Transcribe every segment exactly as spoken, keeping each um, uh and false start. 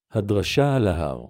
הדרשה על ההר.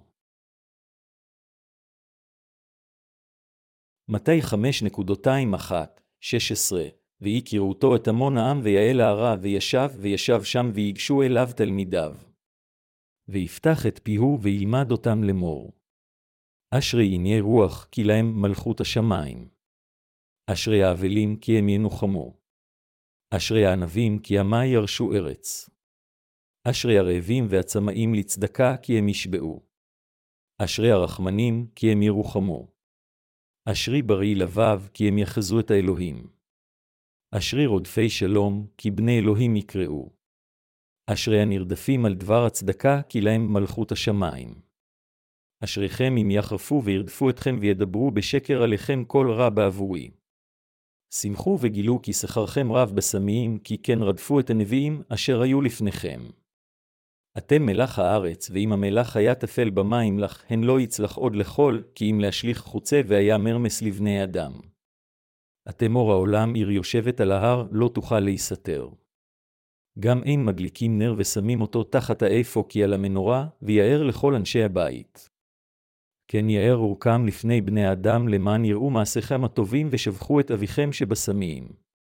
מתי חמש אחת שש עשרה ויהי כראותו את המון העם ויעל הערה וישב וישב שם ויגשו אליו תלמידיו. ויפתח את פיהו וילמד אותם לאמור. אשרי עיני רוח כי להם מלכות השמיים. אשרי האבלים כי הם ינוחמו. אשרי הענבים כי עמה ירשו ארץ. אשרי הרעבים והצמאים לצדקה כי הם ישבעו. אשרי הרחמנים כי הם ירוחמו. אשרי בריא לבב כי הם יחזו את האלוהים. אשרי רודפי שלום כי בני אלוהים יקראו. אשרי הנרדפים על דבר הצדקה כי להם מלכות השמיים. אשריכם אם יחרפו וירדפו אתכם וידברו בשקר עליכם כל רע בעבורי. שמחו וגילו כי שכרכם רב בסמיים כי כן רדפו את הנביאים אשר היו לפניכם. אתם מלח הארץ, ואם המלח היה תפל במים לך, הן לא יצלח עוד לכל, כי אם להשליך חוצה והיה מרמס לבני אדם. אתם אור העולם, עיר יושבת על ההר, לא תוכל להיסתר. גם אין מדליקים נר ושמים אותו תחת האפו כי על המנורה, ויער לכל אנשי הבית. כן יער אורכם לפני בני אדם, למען יראו מעשיכם הטובים ושבחו את אביכם שבשמיים.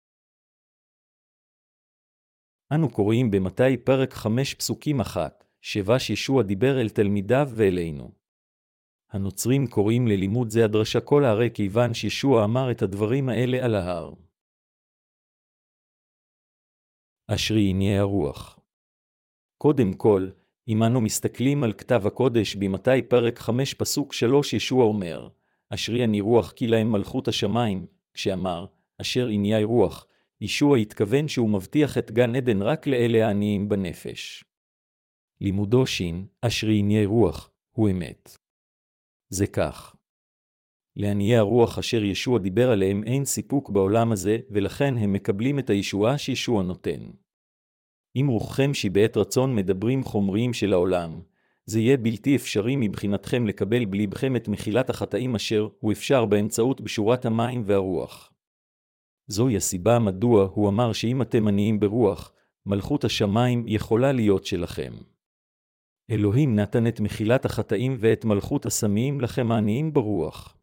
אנו קוראים במתי פרק חמש פסוקים אחת, שבש ישוע דיבר אל תלמידיו ואלינו. הנוצרים קוראים ללימוד זה הדרשה כל ההרי כיוון שישוע אמר את הדברים האלה על ההר. אשרי עיני הרוח. קודם כל, אם אנו מסתכלים על כתב הקודש במתי פרק חמש פסוק שלוש ישוע אומר, אשרי עיני רוח כי להם מלכות השמיים, כשאמר, אשר עיני רוח, ישוע התכוון שהוא מבטיח את גן עדן רק לאלה העניים בנפש. לימודו שין, אשרי עיני רוח, הוא אמת. זה כך. לעניי הרוח אשר ישוע דיבר עליהם אין סיפוק בעולם הזה, ולכן הם מקבלים את הישועה שישוע נותן. אם רוחכם שבעת רצון מדברים חומריים של העולם, זה יהיה בלתי אפשרי מבחינתכם לקבל בליבכם את מחילת החטאים אשר הוא אפשר באמצעות בשורת המים והרוח. זוהי הסיבה מדוע הוא אמר שאם אתם עניים ברוח, מלכות השמיים יכולה להיות שלכם. אלוהים נתן את מחילת החטאים ואת מלכות השמיים לכם העניים ברוח.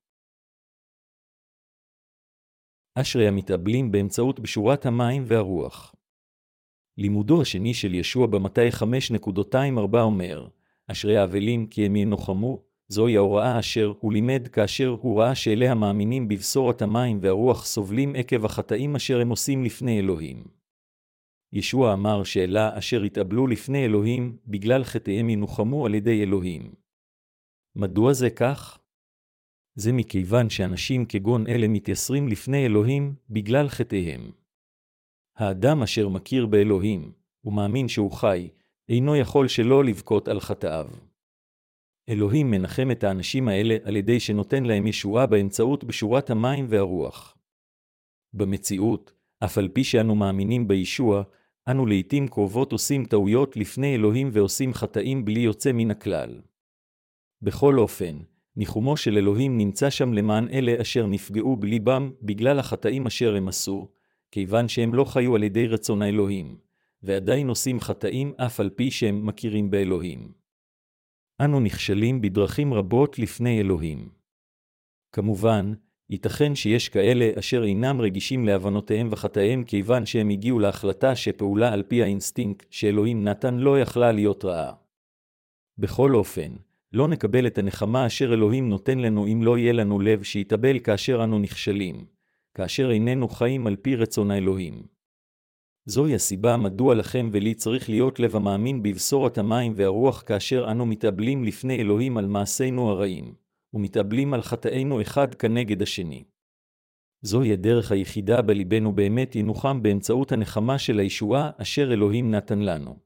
אשרי המתאבלים באמצעות בשורת המים והרוח. לימודו השני של ישוע במתי חמש ארבע אומר, אשרי האבלים כי הם ינוחמו, זוהי ההוראה אשר הוא לימד כאשר הוא ראה שאלה המאמינים בבשורת המים והרוח סובלים עקב החטאים אשר הם עושים לפני אלוהים. ישוע אמר שאלה אשר התאבלו לפני אלוהים בגלל חטאיהם ינוחמו על ידי אלוהים. מדוע זה כך? זה מכיוון שאנשים כגון אלה מתייסרים לפני אלוהים בגלל חטאיהם. האדם אשר מכיר באלוהים, ומאמין שהוא חי, אינו יכול שלא לבכות על חטאיו. אלוהים מנחם את האנשים האלה על ידי שנותן להם ישועה באמצעות בשורת המים והרוח. במציאות, אף על פי שאנו מאמינים בישוע, אנו לעתים קרובות עושים טעויות לפני אלוהים ועושים חטאים בלי יוצא מן הכלל. בכל אופן, ניחומו של אלוהים נמצא שם למען אלה אשר נפגעו בליבם בגלל החטאים אשר הם עשו, כיוון שהם לא חיו על ידי רצון האלוהים, ועדיין עושים חטאים אף על פי שהם מכירים באלוהים. אנו נכשלים בדרכים רבות לפני אלוהים. כמובן, ייתכן שיש כאלה אשר אינם רגישים להבנותיהם וחטאיהם כיוון שהם הגיעו להחלטה שפעולה על פי האינסטינקט שאלוהים נתן לא יכלה להיות רעה. בכל אופן, לא נקבל את הנחמה אשר אלוהים נותן לנו אם לא יהיה לנו לב שיתאבל כאשר אנו נכשלים, כאשר איננו חיים על פי רצון האלוהים. זוהי הסיבה מדוע לכם ולי צריך להיות לב המאמין בבשורת המים והרוח כאשר אנו מתאבלים לפני אלוהים על מעשינו הרעים, ומתאבלים על חטאינו אחד כנגד השני. זוהי הדרך היחידה בליבנו באמת ינוחם באמצעות הנחמה של הישועה אשר אלוהים נתן לנו.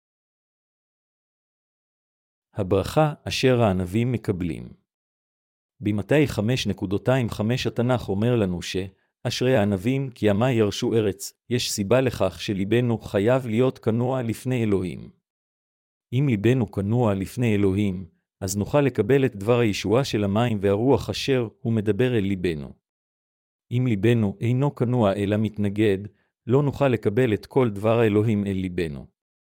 הברכה אשר הענבים מקבלים. במתי חמש חמש התנ"ך אומר לנו ש אשרי הענבים כי עמה ירשו ארץ, יש סיבה לכך שליבנו חייב להיות כנוע לפני אלוהים. אם ליבנו כנוע לפני אלוהים, אז נוכל לקבל את דבר הישועה של המים והרוח אשר הוא מדבר אל ליבנו. אם ליבנו אינו כנוע אלא מתנגד, לא נוכל לקבל את כל דבר האלוהים אל ליבנו.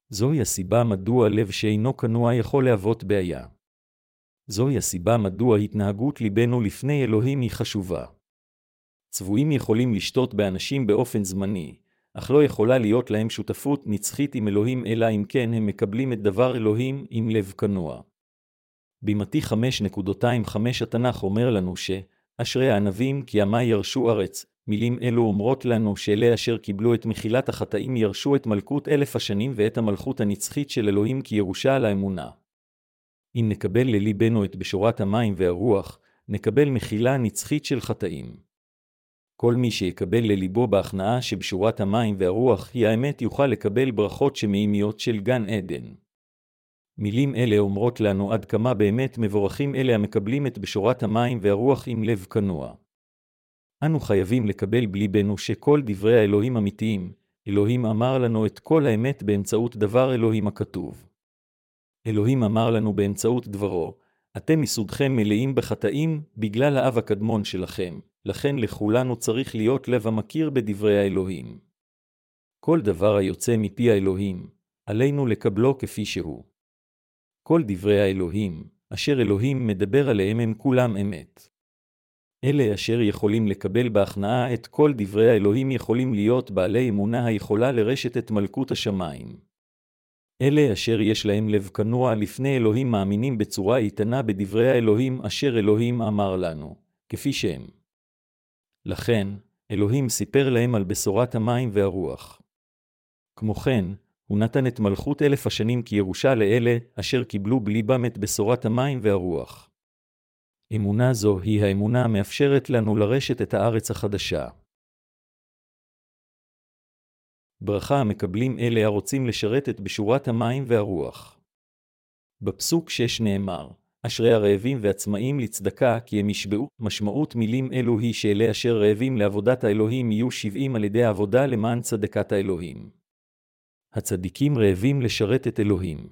זוהי הסיבה מדוע לב שאינו כנוע יכול להוות בעיה. זוהי הסיבה מדוע התנהגות ליבנו לפני אלוהים היא חשובה. צבועים יכולים לשתות באנשים באופן זמני, אך לא יכולה להיות להם שותפות נצחית עם אלוהים אלא אם כן הם מקבלים את דבר אלוהים עם לב כנוע. במתי חמש עשרים וחמש התנ"ך אומר לנו ש, אשרי הענבים כי עמה ירשו ארץ, מילים אלו אומרות לנו שאלה אשר קיבלו את מחילת החטאים ירשו את מלכות אלף השנים ואת המלכות הנצחית של אלוהים כירושה על האמונה. אם נקבל לליבנו את בשורת המים והרוח, נקבל מחילה נצחית של חטאים. כל מי שיקבל לליבו בהכנעה שבשורת המים והרוח היא האמת יוכל לקבל ברכות שמאימיות של גן עדן. מילים אלה אומרות לנו עד כמה באמת מבורכים אלה המקבלים את בשורת המים והרוח עם לב כנוע. אנו חייבים לקבל בליבנו שכל דברי האלוהים אמיתיים, אלוהים אמר לנו את כל האמת באמצעות דבר אלוהים הכתוב. אלוהים אמר לנו באמצעות דברו, אתם מסודכם מלאים בחטאים בגלל האב הקדמון שלכם, לכן לכולנו צריך להיות לב המכיר בדברי האלוהים. כל דבר היוצא מפי האלוהים, עלינו לקבלו כפי שהוא. כל דברי האלוהים, אשר אלוהים מדבר עליהם הם כולם אמת. אלה אשר יכולים לקבל בהכנעה את כל דברי האלוהים יכולים להיות בעלי אמונה היכולה לרשת את מלכות השמיים. אלה אשר יש להם לב כנוע לפני אלוהים מאמינים בצורה איתנה בדברי האלוהים אשר אלוהים אמר לנו, כפי שהם. לכן, אלוהים סיפר להם על בשורת המים והרוח. כמו כן, הוא נתן את מלכות אלף השנים כירושה לאלה אשר קיבלו בליבם את בשורת המים והרוח. אמונה זו היא האמונה המאפשרת לנו לרשת את הארץ החדשה. ברכה המקבלים אלה הרוצים לשרת את בשורת המים והרוח. בפסוק שש נאמר, אשרי הרעבים ועצמאים לצדקה כי הם ישבעו. משמעות מילים אלו היא שאלה אשר רעבים לעבודת האלוהים יהיו שבעים על ידי העבודה למען צדקת האלוהים. הצדיקים רעבים לשרת את אלוהים.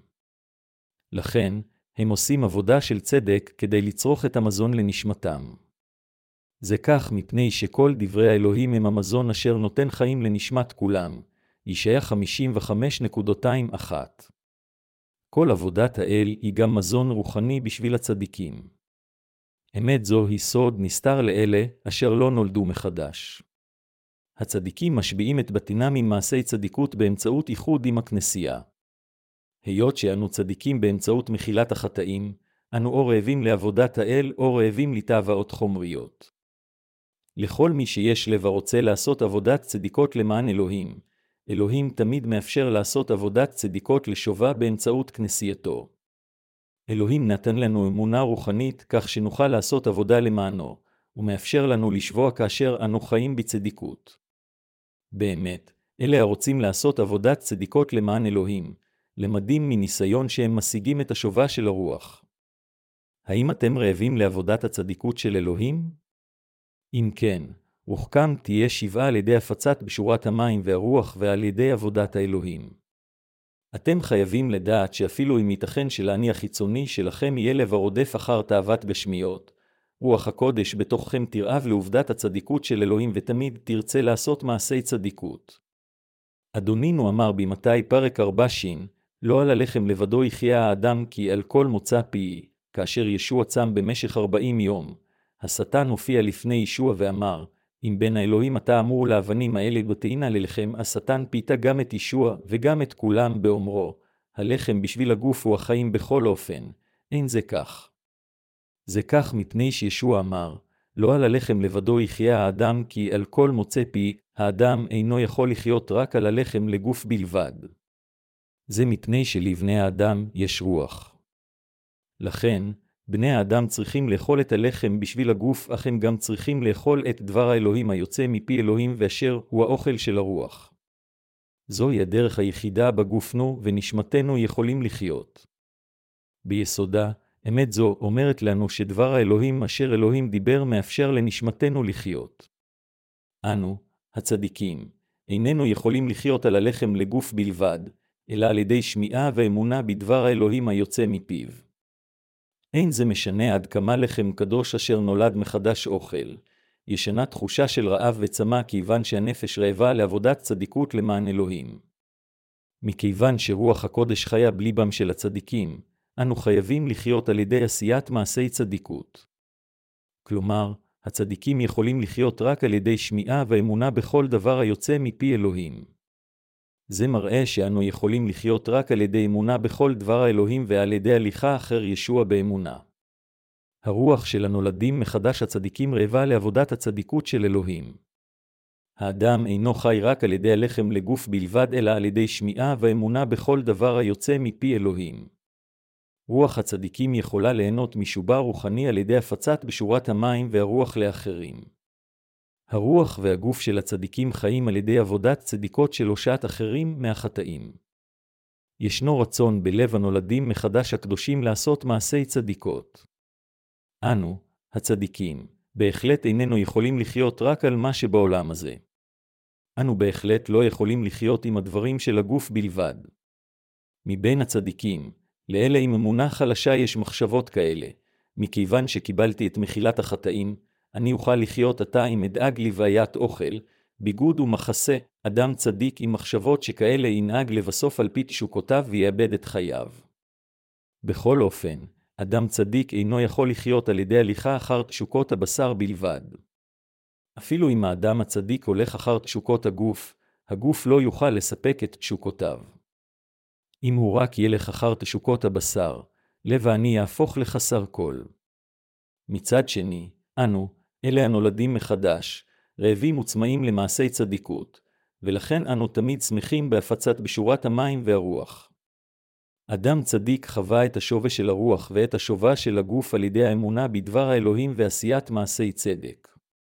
לכן, הם עושים עבודה של צדק כדי לצרוך את המזון לנשמתם. זה כך מפני שכל דברי האלוהים הם המזון אשר נותן חיים לנשמת כולם. ישעיה חמישים וחמש אחת. כל עבודת האל היא גם מזון רוחני בשביל הצדיקים. אמת זו היא סוד נסתר לאלה אשר לא נולדו מחדש. הצדיקים משביעים את בתינם עם מעשי צדיקות באמצעות איחוד עם הכנסייה. היות שאנו צדיקים באמצעות מחילת החטאים, אנו או רעבים לעבודת האל או רעבים לתאוות חומריות. לכל מי שיש לב הרוצה לעשות עבודת צדיקות למען אלוהים, אלוהים תמיד מאפשר לעשות עבודת צדיקות לשובה באמצעות כנסייתו. אלוהים נתן לנו אמונה רוחנית כך שנוכל לעשות עבודה למענו, ומאפשר לנו לשבוע כאשר אנו חיים בצדיקות. באמת, אלה הרוצים לעשות עבודת צדיקות למען אלוהים, למדים מניסיון שהם משיגים את השובה של הרוח. האם אתם רעבים לעבודת הצדיקות של אלוהים? אם כן, רוחכם תהיה שבעה על ידי הפצת בשורת המים והרוח ועל ידי עבודת האלוהים. אתם חייבים לדעת שאפילו אם ייתכן שלעני החיצוני שלכם יהיה לב הרודף אחר תאוות גשמיות, רוח הקודש בתוככם תרעב לעובדת הצדיקות של אלוהים ותמיד תרצה לעשות מעשי צדיקות. אדונינו אמר במתי פרק ארבע שין, לא על הלחם לבדו יחיה האדם כי על כל מוצא פי, כאשר ישוע צם במשך ארבעים יום. השטן הופיע לפני ישוע ואמר, אם בין האלוהים אתה אמור לאבנים האלה בתאינה ללחם, השטן פיתה גם את ישוע וגם את כולם באומרו, הלחם בשביל הגוף הוא החיים בכל אופן, אין זה כך. זה כך מפני שישוע אמר, לא על הלחם לבדו יחיה האדם כי על כל מוצא פי, האדם אינו יכול לחיות רק על הלחם לגוף בלבד. זה מפני שלבני האדם יש רוח. לכן, בני האדם צריכים לאכול את הלחם בשביל הגוף, אך הם גם צריכים לאכול את דבר האלוהים היוצא מפי אלוהים ואשר הוא האוכל של הרוח. זוהי הדרך היחידה בגופנו ונשמתנו יכולים לחיות. ביסודה, אמת זו אומרת לנו שדבר האלוהים אשר אלוהים דיבר מאפשר לנשמתנו לחיות. אנו, הצדיקים, איננו יכולים לחיות על הלחם לגוף בלבד, אלא על ידי שמיעה ואמונה בדבר האלוהים היוצא מפיו. אין זה משנה עד כמה לחם קדוש אשר נולד מחדש אוכל, ישנה תחושה של רעב וצמא כיוון שהנפש רעבה לעבודת צדיקות למען אלוהים. מכיוון שרוח הקודש חיה בליבם של הצדיקים, אנו חייבים לחיות על ידי עשיית מעשי צדיקות. כלומר, הצדיקים יכולים לחיות רק על ידי שמיעה ואמונה בכל דבר היוצא מפי אלוהים. זה מראה שאנו יכולים לחיות רק על ידי אמונה בכל דבר האלוהים ועל ידי הליכה אחר ישוע באמונה. הרוח של הנולדים מחדש הצדיקים רעבה לעבודת הצדיקות של אלוהים. האדם אינו חי רק על ידי הלחם לגוף בלבד, אלא על ידי שמיעה ואמונה בכל דבר היוצא מפי אלוהים. רוח הצדיקים יכולה ליהנות משובה רוחני על ידי הפצת בשורת המים והרוח לאחרים. הרוח והגוף של הצדיקים חיים על ידי עבודת צדיקות של הושעת אחרים מהחטאים. ישנו רצון בלב הנולדים מחדש הקדושים לעשות מעשי צדיקות. אנו, הצדיקים, בהחלט איננו יכולים לחיות רק על מה שבעולם הזה. אנו בהחלט לא יכולים לחיות עם הדברים של הגוף בלבד. מבין הצדיקים, לאלה עם אמונה חלשה יש מחשבות כאלה. מכיוון שקיבלתי את מחילת החטאים, אני אוכל לחיות עתה אם אדאג לוויית אוכל, ביגוד ומחסה. אדם צדיק עם מחשבות שכאלה ינהג לבסוף על פי תשוקותיו ויאבד את חייו. בכל אופן, אדם צדיק אינו יכול לחיות על ידי הליכה אחר תשוקות הבשר בלבד. אפילו אם האדם הצדיק הולך אחר תשוקות הגוף, הגוף לא יוכל לספק את תשוקותיו. אם הוא רק ילך אחר תשוקות הבשר, לב האני יהפוך לחסר כל. מצד שני, אנו, אלה הנולדים מחדש, רעבים וצמאים למעשי צדיקות, ולכן אנו תמיד שמחים בהפצת בשורת המים והרוח. אדם צדיק חווה את השווה של הרוח ואת השווה של הגוף על ידי האמונה בדבר האלוהים ועשיית מעשי צדק.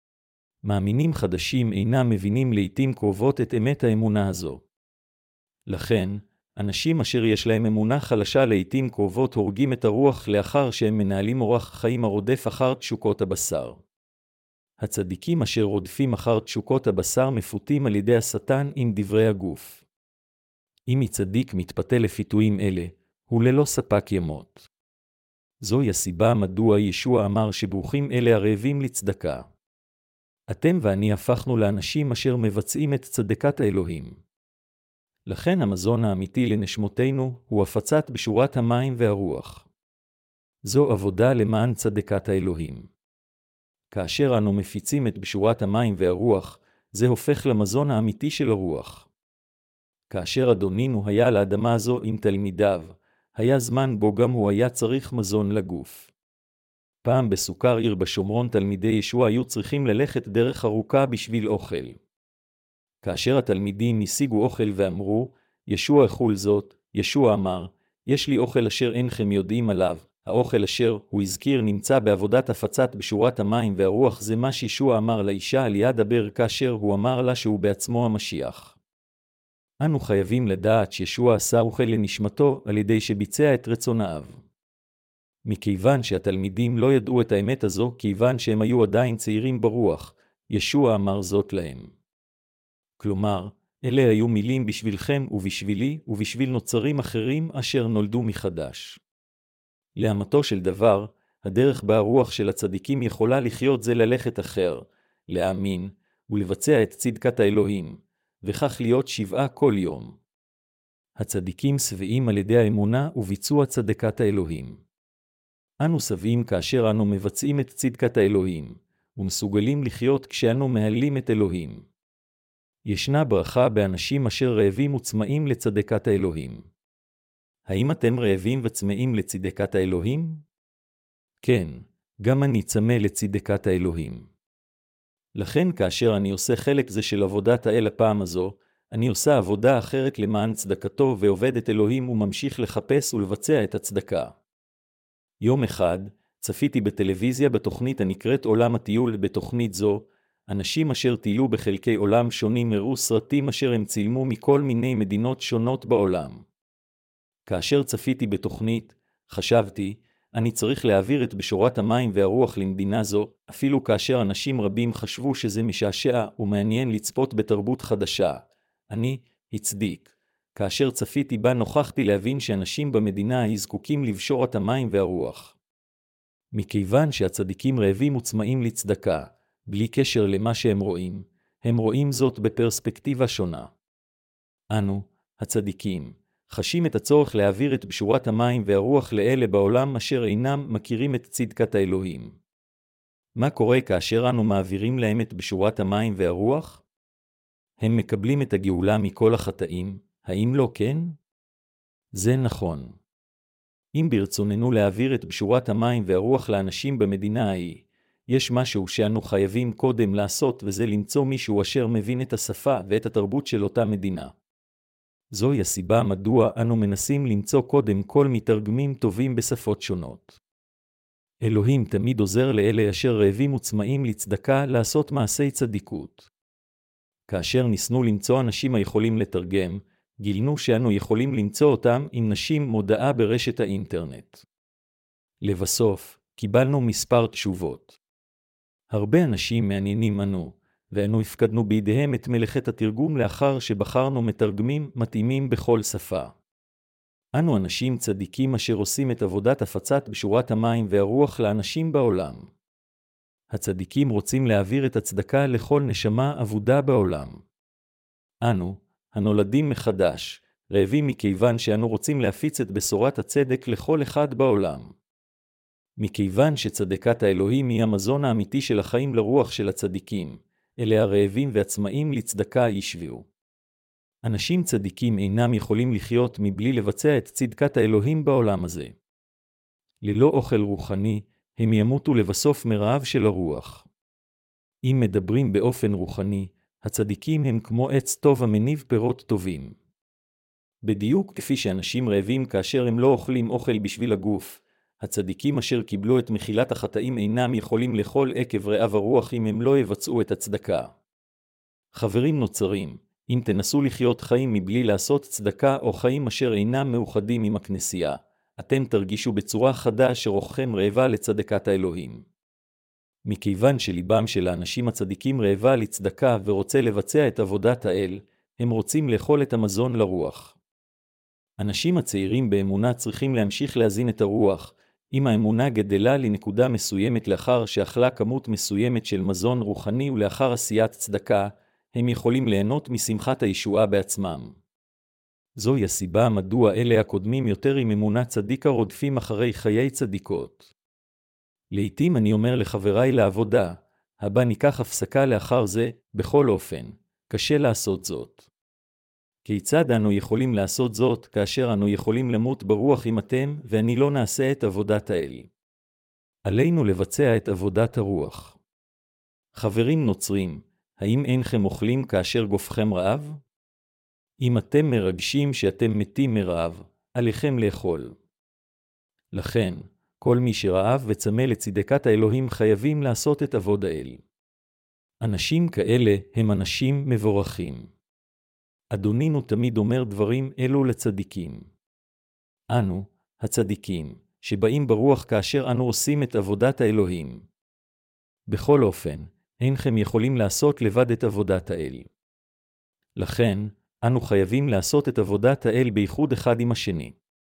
מאמינים חדשים אינם מבינים לעתים קרובות את אמת האמונה הזו. לכן, אנשים אשר יש להם אמונה חלשה לעתים קרובות הורגים את הרוח לאחר שהם מנהלים אורח חיים הרודף אחר תשוקות הבשר. הצדיקים אשר רודפים אחר תשוקות הבשר מפותים על ידי השטן עם דברי הגוף. אם צדיק מתפתה לפיתויים אלה, הוא ללא ספק ימות. זוהי הסיבה מדוע ישוע אמר שברוכים אלה הרעבים לצדקה. אתם ואני הפכנו לאנשים אשר מבצעים את צדקת האלוהים. לכן המזון האמיתי לנשמותינו הוא הפצת בשורת המים והרוח. זו עבודה למען צדקת האלוהים. כאשר אנו מפיצים את בשורת המים והרוח, זה הופך למזון האמיתי של הרוח. כאשר אדונינו היה על האדמה הזו עם תלמידיו, היה זמן בו גם הוא היה צריך מזון לגוף. פעם בסוכר עיר בשומרון תלמידי ישוע היו צריכים ללכת דרך ארוכה בשביל אוכל. כאשר התלמידים השיגו אוכל ואמרו, ישוע אכול זאת, ישוע אמר, יש לי אוכל אשר אינכם יודעים עליו. האוכל אשר הוא הזכיר נמצא בעבודת הפצת בשורת המים והרוח. זה מה שישוע אמר לאישה על יד הבר כאשר הוא אמר לה שהוא בעצמו המשיח. אנו חייבים לדעת שישוע עשה אוכל לנשמתו על ידי שביצע את רצון האב. מכיוון שהתלמידים לא ידעו את האמת הזו, כיוון שהם היו עדיין צעירים ברוח, ישוע אמר זאת להם. כלומר, אלה היו מילים בשבילכם ובשבילי ובשביל נוצרים אחרים אשר נולדו מחדש. לאמתו של דבר, הדרך בה הרוח של הצדיקים יכולה לחיות זה ללכת אחר, להאמין ולבצע את צדקת האלוהים, וכך להיות שבעה כל יום. הצדיקים שבעים על ידי האמונה וביצוע צדקת האלוהים. אנו שבעים כאשר אנו מבצעים את צדקת האלוהים, ומסוגלים לחיות כשאנו מהללים את אלוהים. ישנה ברכה באנשים אשר רעבים וצמאים לצדקת האלוהים. האם אתם רעבים וצמאים לצדקת האלוהים? כן, גם אני צמא לצדקת האלוהים. לכן כאשר אני עושה חלק זה של עבודת האל הפעם הזו, אני עושה עבודה אחרת למען צדקתו ועובד את אלוהים וממשיך לחפש ולבצע את הצדקה. יום אחד, צפיתי בטלוויזיה בתוכנית הנקראת עולם הטיול. בתוכנית זו, אנשים אשר טיילו בחלקי עולם שונים הראו סרטים אשר הם צילמו מכל מיני מדינות שונות בעולם. כאשר צפיתי בתוכנית, חשבתי, אני צריך להעביר את בשורת המים והרוח למדינה זו, אפילו כאשר אנשים רבים חשבו שזה משעשע ומעניין לצפות בתרבות חדשה. אני הצדיק. כאשר צפיתי בה נוכחתי להבין שאנשים במדינה זקוקים לבשורת המים והרוח. מכיוון שהצדיקים רעבים וצמאים לצדקה, בלי קשר למה שהם רואים, הם רואים זאת בפרספקטיבה שונה. אנו, הצדיקים, חשים את הצורך להעביר את בשורת המים והרוח לאלה בעולם אשר אינם מכירים את צדקת האלוהים. מה קורה כאשר אנו מעבירים להם את בשורת המים והרוח? הם מקבלים את הגאולה מכל החטאים, האם לא כן? זה נכון. אם ברצוננו להעביר את בשורת המים והרוח לאנשים במדינה ההיא, יש משהו שאנו חייבים קודם לעשות, וזה למצוא מישהו אשר מבין את השפה ואת התרבות של אותה מדינה. זוהי הסיבה מדוע אנו מנסים למצוא קודם כל מתרגמים טובים בשפות שונות. אלוהים תמיד עוזר לאלה אשר רעבים וצמאים לצדקה לעשות מעשי צדיקות. כאשר ניסנו למצוא אנשים היכולים לתרגם, גילנו שאנו יכולים למצוא אותם עם נשים מודעה ברשת האינטרנט. לבסוף, קיבלנו מספר תשובות. הרבה אנשים מעניינים אנו, ואנו הפקדנו בידיהם את מלאכת התרגום לאחר שבחרנו מתרגמים מתאימים בכל שפה. אנו אנשים צדיקים אשר עושים את עבודת הפצת בשורת המים והרוח לאנשים בעולם. הצדיקים רוצים להעביר את הצדקה לכל נשמה אבודה בעולם. אנו, הנולדים מחדש, רעבים מכיוון שאנו רוצים להפיץ את בשורת הצדק לכל אחד בעולם. מכיוון שצדקת האלוהים היא המזון האמיתי של החיים לרוח של הצדיקים, אלה הרעבים והצמאים לצדקה ישביעו. אנשים צדיקים אינם יכולים לחיות מבלי לבצע את צדקת האלוהים בעולם הזה. ללא אוכל רוחני, הם ימותו לבסוף מרעב של הרוח. אם מדברים באופן רוחני, הצדיקים הם כמו עץ טוב המניב פירות טובים. בדיוק כפי שאנשים רעבים כאשר הם לא אוכלים אוכל בשביל הגוף, הצדיקים אשר קיבלו את מחילת החטאים אינם יכולים לאכול עקב רעב הרוח אם הם לא יבצעו את הצדקה. חברים נוצרים, אם תנסו לחיות חיים מבלי לעשות צדקה או חיים אשר אינם מאוחדים עם הכנסייה, אתם תרגישו בצורה חדה שרוחכם רעבה לצדקת האלוהים. מכיוון שליבם של האנשים הצדיקים רעבה לצדקה ורוצה לבצע את עבודת האל, הם רוצים לאכול את המזון לרוח. אנשים הצעירים באמונה צריכים להמשיך להזין את הרוח, אם האמונה גדלה לנקודה מסוימת לאחר שאכלה כמות מסוימת של מזון רוחני ולאחר עשיית צדקה, הם יכולים ליהנות משמחת הישועה בעצמם. זוהי הסיבה מדוע אלה הקודמים יותר עם אמונה צדיקה רודפים אחרי חיי צדיקות. לעתים אני אומר לחבריי לעבודה, הבא ניקח הפסקה לאחר זה, בכל אופן, קשה לעשות זאת. כיצד אנו יכולים לעשות זאת כאשר אנו יכולים למות ברוח אם אתם ואני לא נעשה את עבודת האל? עלינו לבצע את עבודת הרוח. חברים נוצרים, האם אינכם אוכלים כאשר גופכם רעב? אם אתם מרגשים שאתם מתים מרעב, עליכם לאכול. לכן, כל מי שרעב וצמא לצדקת האלוהים חייבים לעשות את עבוד האל. אנשים כאלה הם אנשים מבורכים. אדונינו תמיד אומר דברים אלו לצדיקים. אנו, הצדיקים, שבאים ברוח כאשר אנו עושים את עבודת האלוהים. בכל אופן, אינכם יכולים לעשות לבד את עבודת האל. לכן, אנו חייבים לעשות את עבודת האל בייחוד אחד עם השני.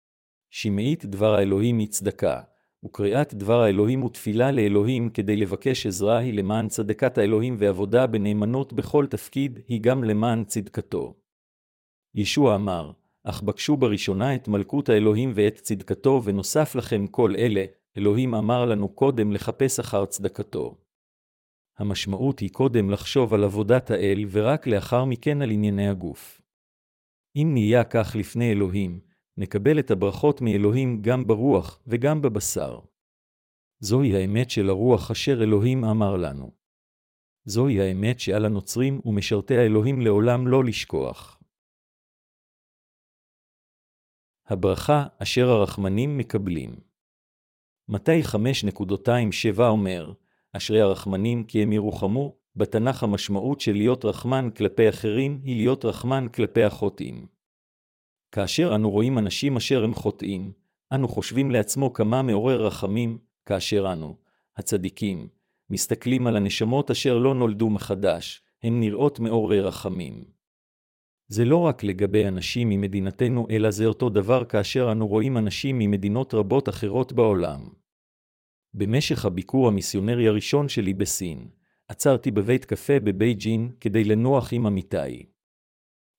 שמעית דבר האלוהים היא צדקה, וקריאת דבר האלוהים ותפילה לאלוהים כדי לבקש עזרה היא למען צדקת האלוהים ועבודה בנאמנות בכל תפקיד היא גם למען צדקתו. ישוע אמר, אך בקשו בראשונה את מלכות האלוהים ואת צדקתו ונוסף לכם כל אלה, אלוהים אמר לנו קודם לחפש אחר צדקתו. המשמעות היא קודם לחשוב על עבודת האל ורק לאחר מכן על ענייני הגוף. אם נהיה כך לפני אלוהים, נקבל את הברכות מאלוהים גם ברוח וגם בבשר. זוהי האמת של הרוח אשר אלוהים אמר לנו. זוהי האמת שעל הנוצרים ומשרתי האלוהים לעולם לא לשכוח. הברכה אשר הרחמנים מקבלים. מתי חמש נקודה שבע אומר, אשרי הרחמנים כי הם ירוחמו, בתנ"ך המשמעות של להיות רחמן כלפי אחרים היא להיות רחמן כלפי החוטאים. כאשר אנו רואים אנשים אשר הם חוטאים, אנו חושבים לעצמו כמה מעורר רחמים, כאשר אנו, הצדיקים, מסתכלים על הנשמות אשר לא נולדו מחדש, הם נראות מעורר רחמים. זה לא רק לגבי אנשים ממדינתנו, אלא זה אותו דבר כאשר אנו רואים אנשים ממדינות רבות אחרות בעולם. במשך הביקור המיסיונרי הראשון שלי בסין, עצרתי בבית קפה בבייג'ין כדי לנוח עם עמיתיי.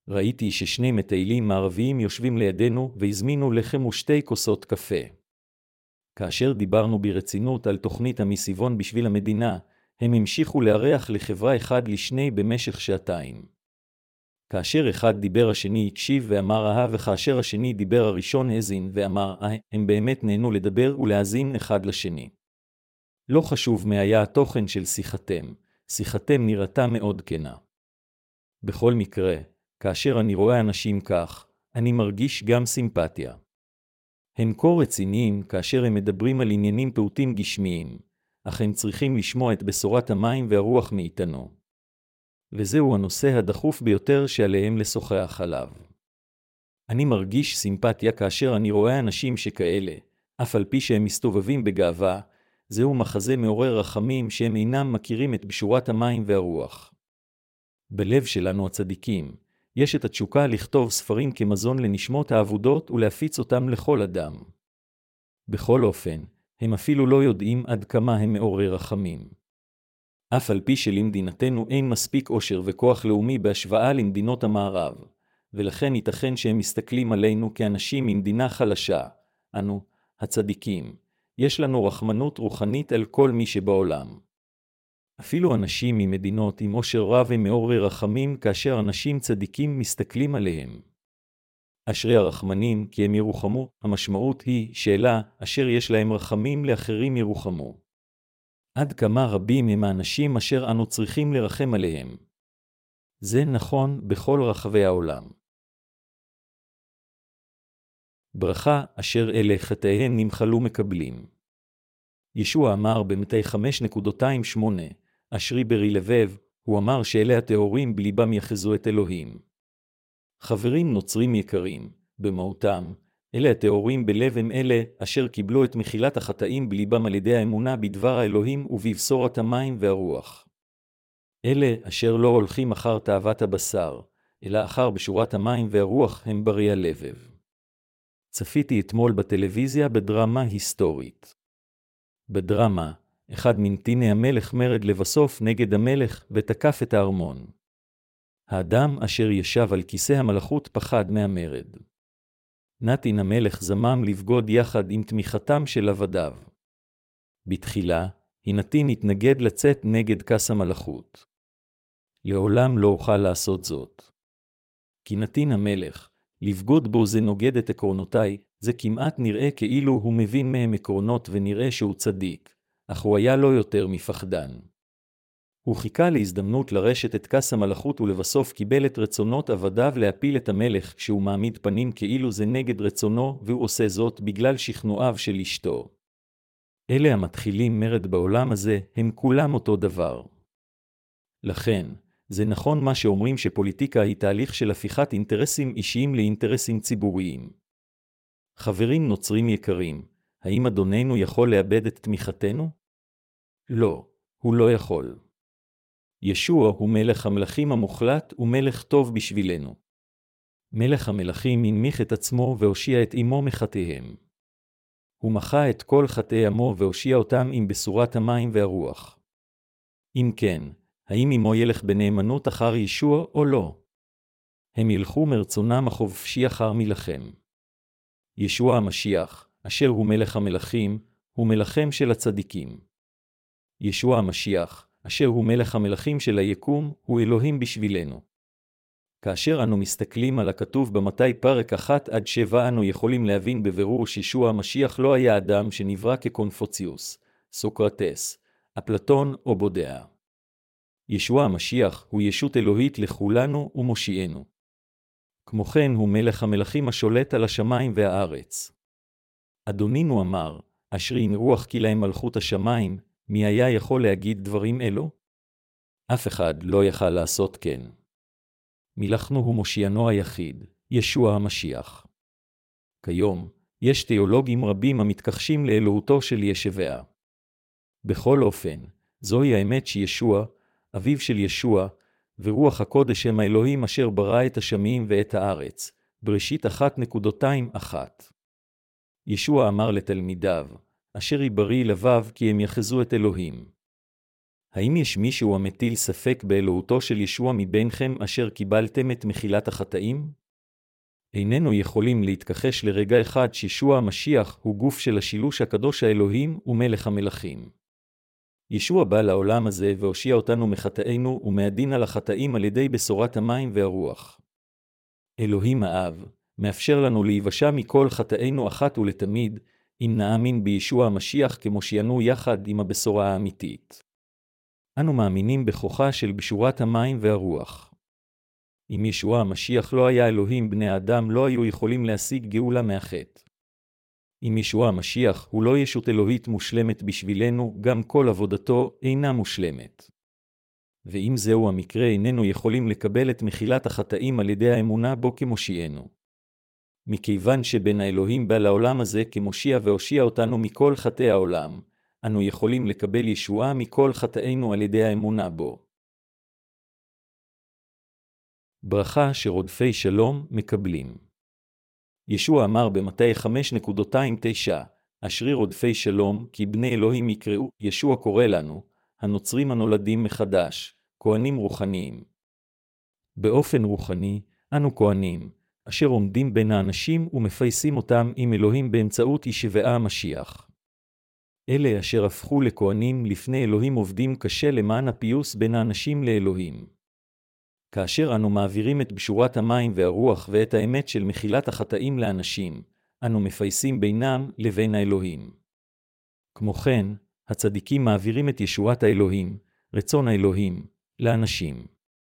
ראיתי ששני מטיילים מערביים יושבים לידינו והזמינו לחם ושתי כוסות קפה. כאשר דיברנו ברצינות על תוכנית המסיבון בשביל המדינה, הם המשיכו לארח לחברה אחד לשני במשך שעתיים. כאשר אחד דיבר השני הקשיב ואמר אהה, וכאשר השני דיבר הראשון האזין ואמר אה, הם באמת נהנו לדבר ולהאזין אחד לשני. לא חשוב מה היה התוכן של שיחתם, שיחתם נראתה מאוד כנה. בכל מקרה, כאשר אני רואה אנשים כך, אני מרגיש גם סימפתיה. הם כה רציניים כאשר הם מדברים על עניינים פעוטים גשמיים, אך הם צריכים לשמוע את בשורת המים והרוח מאיתנו. וזהו הנושא הדחוף ביותר שעליהם לשוחח עליו. אני מרגיש סימפתיה כאשר אני רואה אנשים שכאלה, אף על פי שהם מסתובבים בגאווה, זהו מחזה מעורר רחמים שהם אינם מכירים את בשורת המים והרוח. בלב שלנו הצדיקים, יש את התשוקה לכתוב ספרים כמזון לנשמות האבודות ולהפיץ אותם לכל אדם. בכל אופן, הם אפילו לא יודעים עד כמה הם מעורר רחמים. אף על פי שלמדינתנו אין מספיק עושר וכוח לאומי בהשוואה למדינות המערב, ולכן ייתכן שהם מסתכלים עלינו כאנשים ממדינה חלשה, אנו, הצדיקים, יש לנו רחמנות רוחנית על כל מי שבעולם. אפילו אנשים ממדינות עם עושר רב הם מעורר רחמים כאשר אנשים צדיקים מסתכלים עליהם. אשרי הרחמנים כי הם ירוחמו, המשמעות היא שאלה אשר יש להם רחמים לאחרים ירוחמו. עד כמה רבים הם האנשים אשר אנו צריכים לרחם עליהם. זה נכון בכל רחבי העולם. ברכה אשר אלה חטאיהם נמחלו מקבלים. ישוע אמר במתי חמש נקודה שמונה, אשרי ברי לבב, הוא אמר שאלה הטהורים בליבם יחזו את אלוהים. חברים נוצרים יקרים, במהותם, אלה הטהורים בלב הם אלה אשר קיבלו את מחילת החטאים בליבם על ידי האמונה בדבר האלוהים ובבשורת המים והרוח. אלה אשר לא הולכים אחר תאוות הבשר, אלא אחר בשורת המים והרוח הם ברי הלבב. צפיתי אתמול בטלוויזיה בדרמה היסטורית. בדרמה, אחד מנתיני המלך מרד לבסוף נגד המלך ותקף את הארמון. האדם אשר ישב על כיסא המלכות פחד מהמרד. נתין המלך זמם לבגוד יחד עם תמיכתם של עבדיו. בתחילה, נתין התנגד לצאת נגד כס המלכות. לעולם לא אוכל לעשות זאת. כי נתין המלך, לבגוד בו זה נוגד את עקרונותיי, זה כמעט נראה כאילו הוא מבין מהם עקרונות ונראה שהוא צדיק, אך הוא היה לא יותר מפחדן. הוא חיכה להזדמנות לרשת את כס המלכות ולבסוף קיבל את רצונות עבדיו להפיל את המלך כשהוא מעמיד פנים כאילו זה נגד רצונו והוא עושה זאת בגלל שכנועיו של אשתו. אלה המתחילים מרד בעולם הזה הם כולם אותו דבר. לכן, זה נכון מה שאומרים שפוליטיקה היא תהליך של הפיכת אינטרסים אישיים לאינטרסים ציבוריים. חברים נוצרים יקרים, האם אדוננו יכול לאבד את תמיכתנו? לא, הוא לא יכול. ישוע הוא מלך המלכים המוחלט ומלך טוב בשבילנו. מלך המלכים הנמיך את עצמו והושיע את עמו מחטאיהם. הוא מחה את כל חטאי עמו והושיע אותם עם בשורת המים והרוח. אם כן, האם עמו ילך בנאמנות אחר ישוע או לא? הם ילכו מרצונם החופשי אחר מלחם. ישוע המשיח, אשר הוא מלך המלכים, הוא מלכם של הצדיקים. ישוע המשיח, אשר הוא מלך המלכים של היקום, הוא אלוהים בשבילנו. כאשר אנו מסתכלים על הכתוב במתי פרק אחת עד שבע, אנו יכולים להבין בבירור שישוע המשיח לא היה אדם שנברא כקונפוציוס, סוקרטס, אפלטון או בודע. ישוע המשיח הוא ישות אלוהית לכולנו ומושיענו. כמו כן הוא מלך המלכים השולט על השמיים והארץ. אדונינו אמר, אשרי עם רוח כי להם מלכות השמיים, מי היה יכול להגיד דברים אלו? אף אחד לא יכל לעשות כן. מלכנו הוא מושיענו היחיד, ישוע המשיח. כיום, יש תיאולוגים רבים המתכחשים לאלוהותו של ישוע. בכל אופן, זוהי האמת שישוע, אביו של ישוע, ורוח הקודש הם האלוהים אשר ברא את השמים ואת הארץ, בראשית אחת נקודתיים אחת. ישוע אמר לתלמידיו, אשר יבריא לבב כי הם יחזו את אלוהים. האם יש מישהו המטיל ספק באלוהותו של ישוע מבינכם אשר קיבלתם את מחילת החטאים? איננו יכולים להתכחש לרגע אחד שישוע המשיח הוא גוף של השילוש הקדוש האלוהים ומלך המלכים. ישוע בא לעולם הזה והושיע אותנו מחטאינו ומהדין על החטאים על ידי בשורת המים והרוח. אלוהים האב מאפשר לנו להיוושע מכל חטאינו אחת ולתמיד, אם נאמין בישוע המשיח כמושיענו יחד עם הבשורה האמיתית. אנו מאמינים בכוחה של בשורת המים והרוח. אם ישוע המשיח לא היה אלוהים, בני האדם לא היו יכולים להשיג גאולה מהחטא. אם ישוע המשיח הוא לא ישות אלוהית מושלמת בשבילנו, גם כל עבודתו אינה מושלמת. ואם זהו המקרה, איננו יכולים לקבל את מחילת החטאים על ידי האמונה בו כמושיענו. מכיוון שבן האלוהים בא לעולם הזה כמושיע והושיע אותנו מכל חטאי העולם, אנו יכולים לקבל ישועה מכל חטאינו על ידי האמונה בו. ברכה שרודפי שלום מקבלים. ישוע אמר במתי חמש תשע, אשרי רודפי שלום, כי בני אלוהים יקראו. ישוע קורא לנו, הנוצרים הנולדים מחדש, כהנים רוחניים. באופן רוחני, אנו כהנים, אשר עומדים בין האנשים ומפייסים אותם עם אלוהים באמצעות ישבעה המשיח. אלה אשר הפכו לכהנים לפני אלוהים עובדים קשה למען הפיוס בין האנשים לאלוהים. כאשר אנו מעבירים את בשורת המים והרוח ואת האמת של מחילת החטאים לאנשים, אנו מפייסים בינם לבין האלוהים. כמו כן, הצדיקים מעבירים את ישועת האלוהים, רצון האלוהים, לאנשים.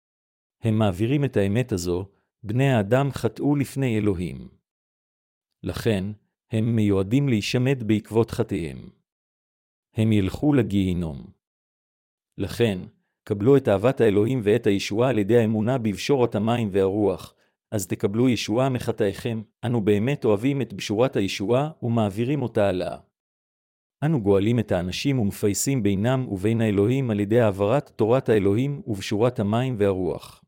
הם מעבירים את האמת הזו, בני האדם חטאו לפני אלוהים. לכן, הם מיועדים להישמד בעקבות חטאיהם. הם ילכו לגיהינום. לכן, קבלו את אהבת האלוהים ואת הישועה על ידי האמונה בבשורת המים והרוח, אז תקבלו ישועה מחטאיכם. אנו באמת אוהבים את בשורת הישועה ומעבירים אותה הלאה. אנו גואלים את האנשים ומפייסים בינם ובין האלוהים על ידי העברת תורת האלוהים ובשורת המים והרוח.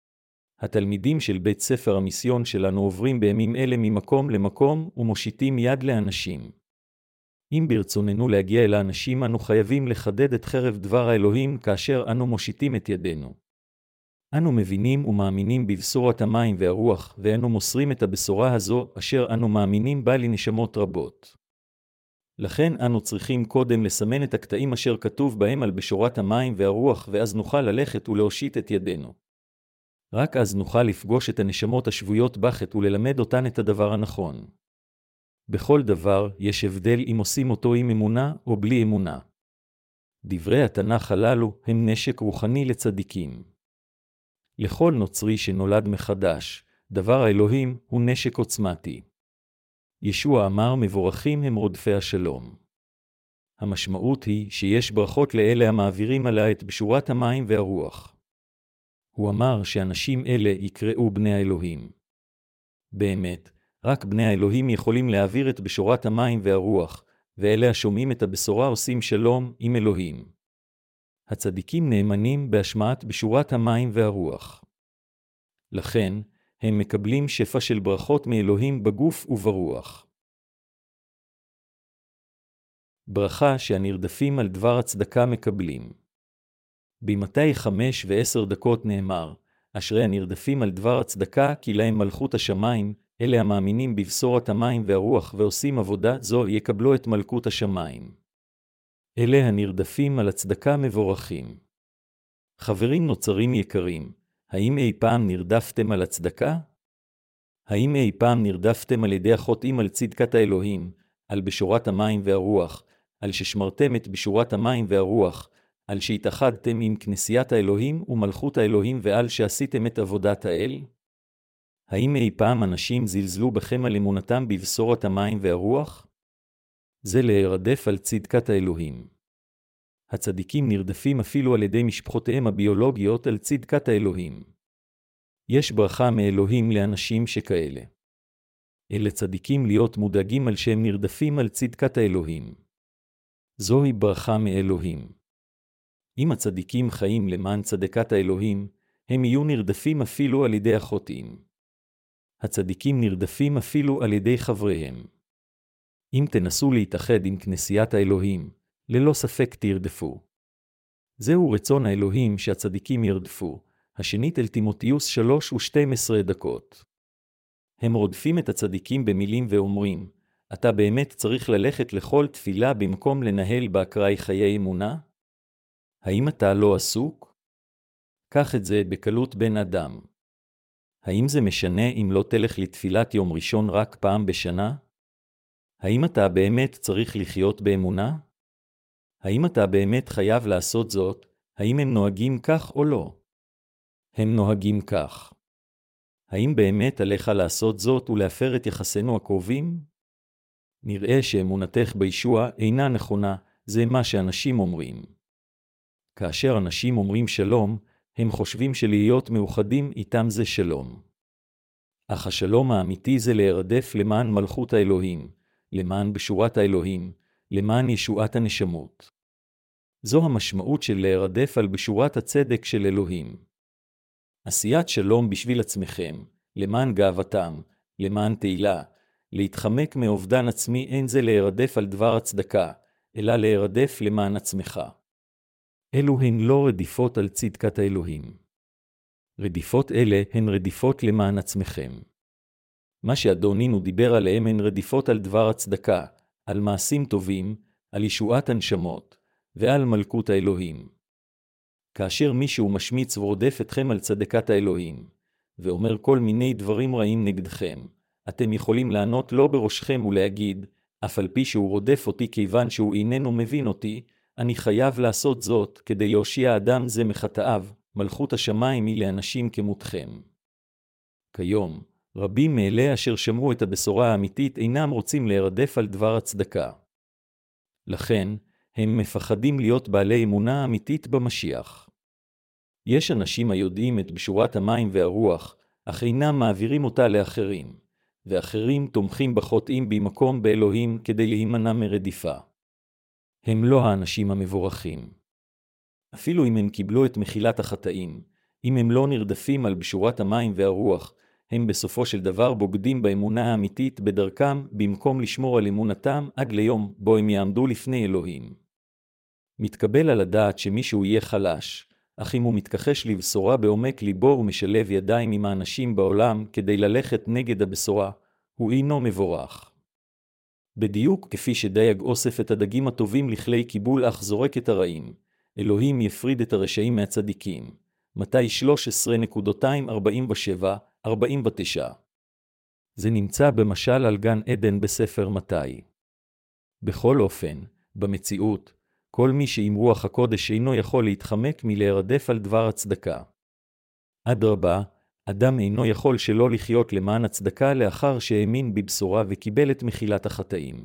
התלמידים של בית ספר המיסיון שלנו עוברים בימים אלה ממקום למקום ומושיטים יד לאנשים. אם ברצוננו להגיע אל האנשים, אנו חייבים לחדד את חרב דבר האלוהים כאשר אנו מושיטים את ידינו. אנו מבינים ומאמינים בבשורת המים והרוח, ואנו מוסרים את הבשורה הזו אשר אנו מאמינים בה לנשמות רבות. לכן אנו צריכים קודם לסמן את הקטעים אשר כתוב בהם על בשורת המים והרוח, ואז נוכל ללכת ולהושיט את ידינו. רק אז נוכל לפגוש את הנשמות השבויות בחטא וללמד אותן את הדבר הנכון. בכל דבר יש הבדל אם עושים אותו עם אמונה או בלי אמונה. דברי התנ"ך הללו הם נשק רוחני לצדיקים. לכל נוצרי שנולד מחדש, דבר האלוהים הוא נשק עוצמתי. ישוע אמר, מבורכים הם רודפי השלום. המשמעות היא שיש ברכות לאלה המעבירים עליה את בשורת המים והרוח. הוא אמר שאנשים אלה יקראו בני האלוהים. באמת, רק בני האלוהים יכולים להעביר את בשורת המים והרוח, ואלה השומעים את הבשורה עושים שלום עם אלוהים. הצדיקים נאמנים בהשמעת בשורת המים והרוח. לכן, הם מקבלים שפע של ברכות מאלוהים בגוף וברוח. ברכה שהנרדפים על דבר הצדקה מקבלים. במתי חמש ועשר דקות נאמר, אשרי הנרדפים על דבר הצדקה, כי להם מלכות השמיים. אלה המאמינים בבשורת המים והרוח ועושים עבודה זו יקבלו את מלכות השמיים. אלה הנרדפים על הצדקה מבורכים. חברים נוצרים יקרים, האם אי פעם נרדפתם על הצדקה? האם אי פעם נרדפתם על ידי החוטאים על צדקת האלוהים, על בשורת המים והרוח, על ששמרתם את בשורת המים והרוח, על שהתאחדתם עם כנסיית האלוהים ומלכות האלוהים ועל שעשיתם את עבודת האל? האם אי פעם אנשים זלזלו בכם על אמונתם בבשורת המים והרוח? זה להירדף על צדקת האלוהים. הצדיקים נרדפים אפילו על ידי משפחותיהם הביולוגיות על צדקת האלוהים. יש ברכה מאלוהים לאנשים שכאלה. אלה צדיקים להיות מודאגים על שהם נרדפים על צדקת האלוהים. זוהי ברכה מאלוהים. אם הצדיקים חיים למען צדקת האלוהים, הם יהיו נרדפים אפילו על ידי החוטאים. הצדיקים נרדפים אפילו על ידי חבריהם. אם תנסו להתאחד עם כנסיית האלוהים, ללא ספק תרדפו. זהו רצון האלוהים שהצדיקים ירדפו. השנית אל תימותאוס שלוש ושתים עשרה דקות. הם רודפים את הצדיקים במילים ואומרים, אתה באמת צריך ללכת לכל תפילה במקום לנהל באקראי חיי אמונה? האם אתה לא עסוק? קח את זה בקלות בן אדם. האם זה משנה אם לא תלך לתפילת יום ראשון רק פעם בשנה? האם אתה באמת צריך לחיות באמונה? האם אתה באמת חייב לעשות זאת? האם הם נוהגים כך או לא? הם נוהגים כך. האם באמת עליך לעשות זאת ולהפר את יחסינו הקרובים? נראה שאמונתך בישוע אינה נכונה, זה מה שאנשים אומרים. כאשר אנשים אומרים שלום, הם חושבים שלהיות מאוחדים איתם זה שלום. אך השלום האמיתי זה להירדף למען מלכות האלוהים, למען בשורת האלוהים, למען ישועת הנשמות. זו המשמעות של להירדף על בשורת הצדק של אלוהים. עשיית שלום בשביל עצמכם, למען גאוותם, למען תהילה, להתחמק מאובדן עצמי אין זה להירדף על דבר הצדקה, אלא להירדף למען עצמך. אלו הן לא רדיפות על צדקת האלוהים. רדיפות אלה הן רדיפות למען עצמכם. מה שאדונינו דיבר עליהם הן רדיפות על דבר הצדקה, על מעשים טובים, על ישועת הנשמות, ועל מלכות האלוהים. כאשר מישהו משמיץ ורודף אתכם על צדקת האלוהים, ואומר כל מיני דברים רעים נגדכם, אתם יכולים לענות לא בראשכם ולהגיד, אף על פי שהוא רודף אותי כיוון שהוא איננו מבין אותי, אני חייב לעשות זאת כדי להושיע אדם זה מחטאיו, מלכות השמיים היא לאנשים כמותכם. כיום, רבים מאלה אשר שמעו את הבשורה האמיתית אינם רוצים להירדף על דבר הצדקה. לכן, הם מפחדים להיות בעלי אמונה אמיתית במשיח. יש אנשים היודעים את בשורת המים והרוח, אך אינם מעבירים אותה לאחרים, ואחרים תומכים בחוטאים במקום באלוהים כדי להימנע מרדיפה. הם לא האנשים המבורכים. אפילו אם הם קיבלו את מחילת החטאים, אם הם לא נרדפים על בשורת המים והרוח, הם בסופו של דבר בוגדים באמונה האמיתית בדרכם במקום לשמור על אמונתם עד ליום בו הם יעמדו לפני אלוהים. מתקבל על הדעת שמישהו יהיה חלש, אך אם הוא מתכחש לבשורה בעומק ליבו ומשלב ידיים עם האנשים בעולם כדי ללכת נגד הבשורה, הוא אינו מבורך. בדיוק כפי שדייג אוסף את הדגים הטובים לכלי קיבול אך זורק את הרעים, אלוהים יפריד את הרשעים מהצדיקים. מתי שלוש עשרה ארבעים ושבע ארבעים ותשע. זה נמצא במשל על גן עדן בספר מתי. בכל אופן, במציאות, כל מי שעם רוח הקודש אינו יכול להתחמק מלהירדף על דבר הצדקה. אדרבה, אדם אינו יכול שלא לחיות למען הצדקה לאחר שהאמין בבשורה וקיבל את מחילת החטאים.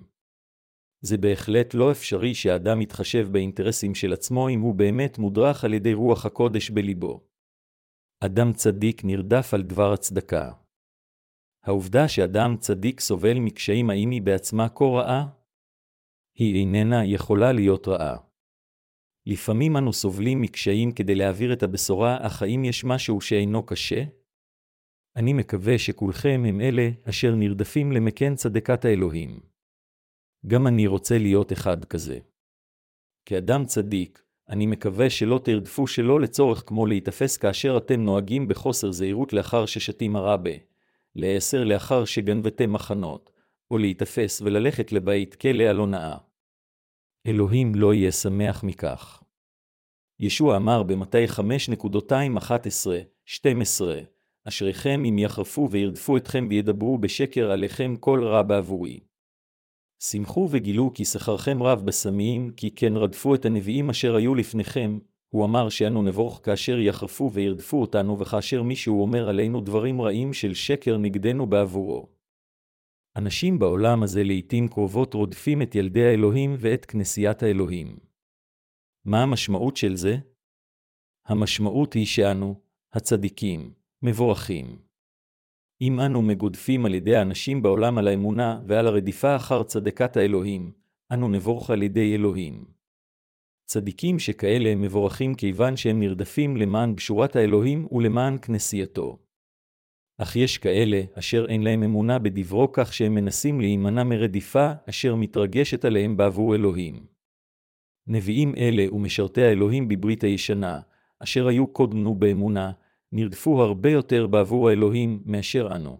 זה בהחלט לא אפשרי שהאדם יתחשב באינטרסים של עצמו אם הוא באמת מודרך על ידי רוח הקודש בליבו. אדם צדיק נרדף על דבר הצדקה. העובדה שאדם צדיק סובל מקשיים האם היא בעצמה כה רעה? היא איננה יכולה להיות רעה. לפעמים אנו סובלים מקשיים כדי להעביר את הבשורה, אך האם יש משהו שאינו קשה? אני מקווה שכולכם הם אלה אשר נרדפים למקן צדקת האלוהים. גם אני רוצה להיות אחד כזה. כאדם צדיק, אני מקווה שלא תרדפו שלא לצורך כמו להתאפס כאשר אתם נוהגים בחוסר זהירות לאחר ששתים הרבה, להיאסר לאחר שגנבתם מחנות, או להתאפס וללכת לבית כלא על הונאה. אלוהים לא יהיה שמח מכך. ישוע אמר במתי חמש אחת עשרה שתים עשרה, אשריכם אם יחרפו וירדפו אתכם וידברו בשקר עליכם כל רע בעבורי. שמחו וגילו כי שכרכם רב בסמים, כי כן רדפו את הנביאים אשר היו לפניכם. הוא אמר שאנו נבוך כאשר יחרפו וירדפו אותנו וכאשר מישהו אומר עלינו דברים רעים של שקר נגדנו בעבורו. אנשים בעולם הזה לעתים קרובות רודפים את ילדי האלוהים ואת כנסיית האלוהים. מה המשמעות של זה? המשמעות היא שאנו, הצדיקים, מבורכים. אם אנו מגודפים על ידי האנשים בעולם על האמונה ועל הרדיפה אחר צדקת האלוהים, אנו נבורך על ידי אלוהים. צדיקים שכאלה הם מבורכים כיוון שהם נרדפים למען בשורת האלוהים ולמען כנסייתו. אך יש כאלה אשר אין להם אמונה בדברו כך שהם מנסים להימנע מרדיפה אשר מתרגשת עליהם בעבור אלוהים. נביאים אלה ומשרתי האלוהים בברית הישנה, אשר היו קודמנו באמונה, נרדפו הרבה יותר בעבור האלוהים מאשר אנו.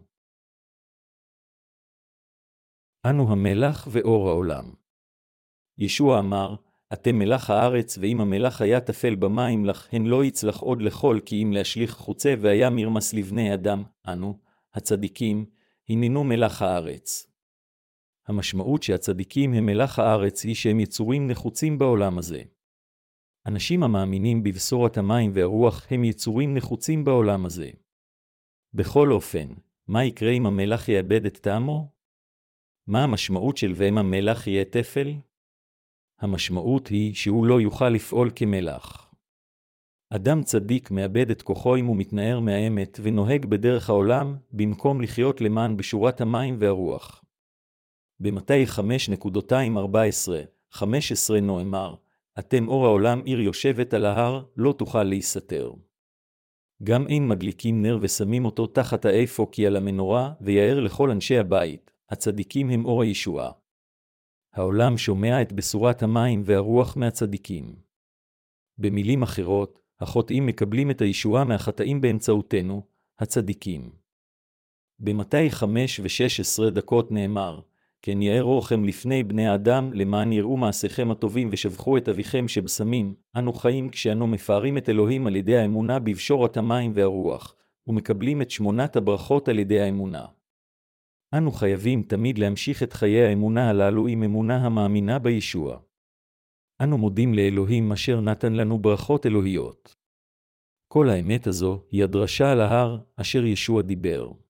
אנו המלח ואור העולם. ישוע אמר, אתם מלח הארץ, ואם המלח היה תפל במים לך, הן לא יצלח עוד לכל, כי אם להשליך חוצה והיה מרמס לבני אדם, אנו, הצדיקים, הננו מלח הארץ. המשמעות שהצדיקים הם מלח הארץ היא שהם יצורים נחוצים בעולם הזה. אנשים המאמינים בבשורת המים והרוח הם יצורים נחוצים בעולם הזה. בכל אופן, מה יקרה אם המלח יאבד את טעמו? מה המשמעות של ואם המלח יהיה תפל? המשמעות היא שהוא לא יוכל לפעול כמלח. אדם צדיק מאבד את כוחו אם הוא מתנער מהאמת ונוהג בדרך העולם, במקום לחיות למען בשורת המים והרוח. במתי חמש ארבע עשרה חמש עשרה נאמר, אתם אור העולם, עיר יושבת על ההר, לא תוכל להיסתר. גם אין מדליקים נר ושמים אותו תחת האפו כי על המנורה, ויער לכל אנשי הבית, הצדיקים הם אור הישועה. העולם שומע את בשורת המים והרוח מהצדיקים. במילים אחרות, החוטאים מקבלים את הישועה מהחטאים באמצעותנו, הצדיקים. במתי חמש ושש עשרה דקות נאמר, כן יאר אורכם לפני בני האדם, למען יראו מעשיכם הטובים ושבחו את אביכם שבשמים. אנו חיים כשאנו מפארים את אלוהים על ידי האמונה בבשורת המים והרוח, ומקבלים את שמונת הברכות על ידי האמונה. אנו חייבים תמיד להמשיך את חיי האמונה הללו עם אמונה המאמינה בישוע. אנו מודים לאלוהים אשר נתן לנו ברכות אלוהיות. כל האמת הזו היא הדרשה על ההר אשר ישוע דיבר.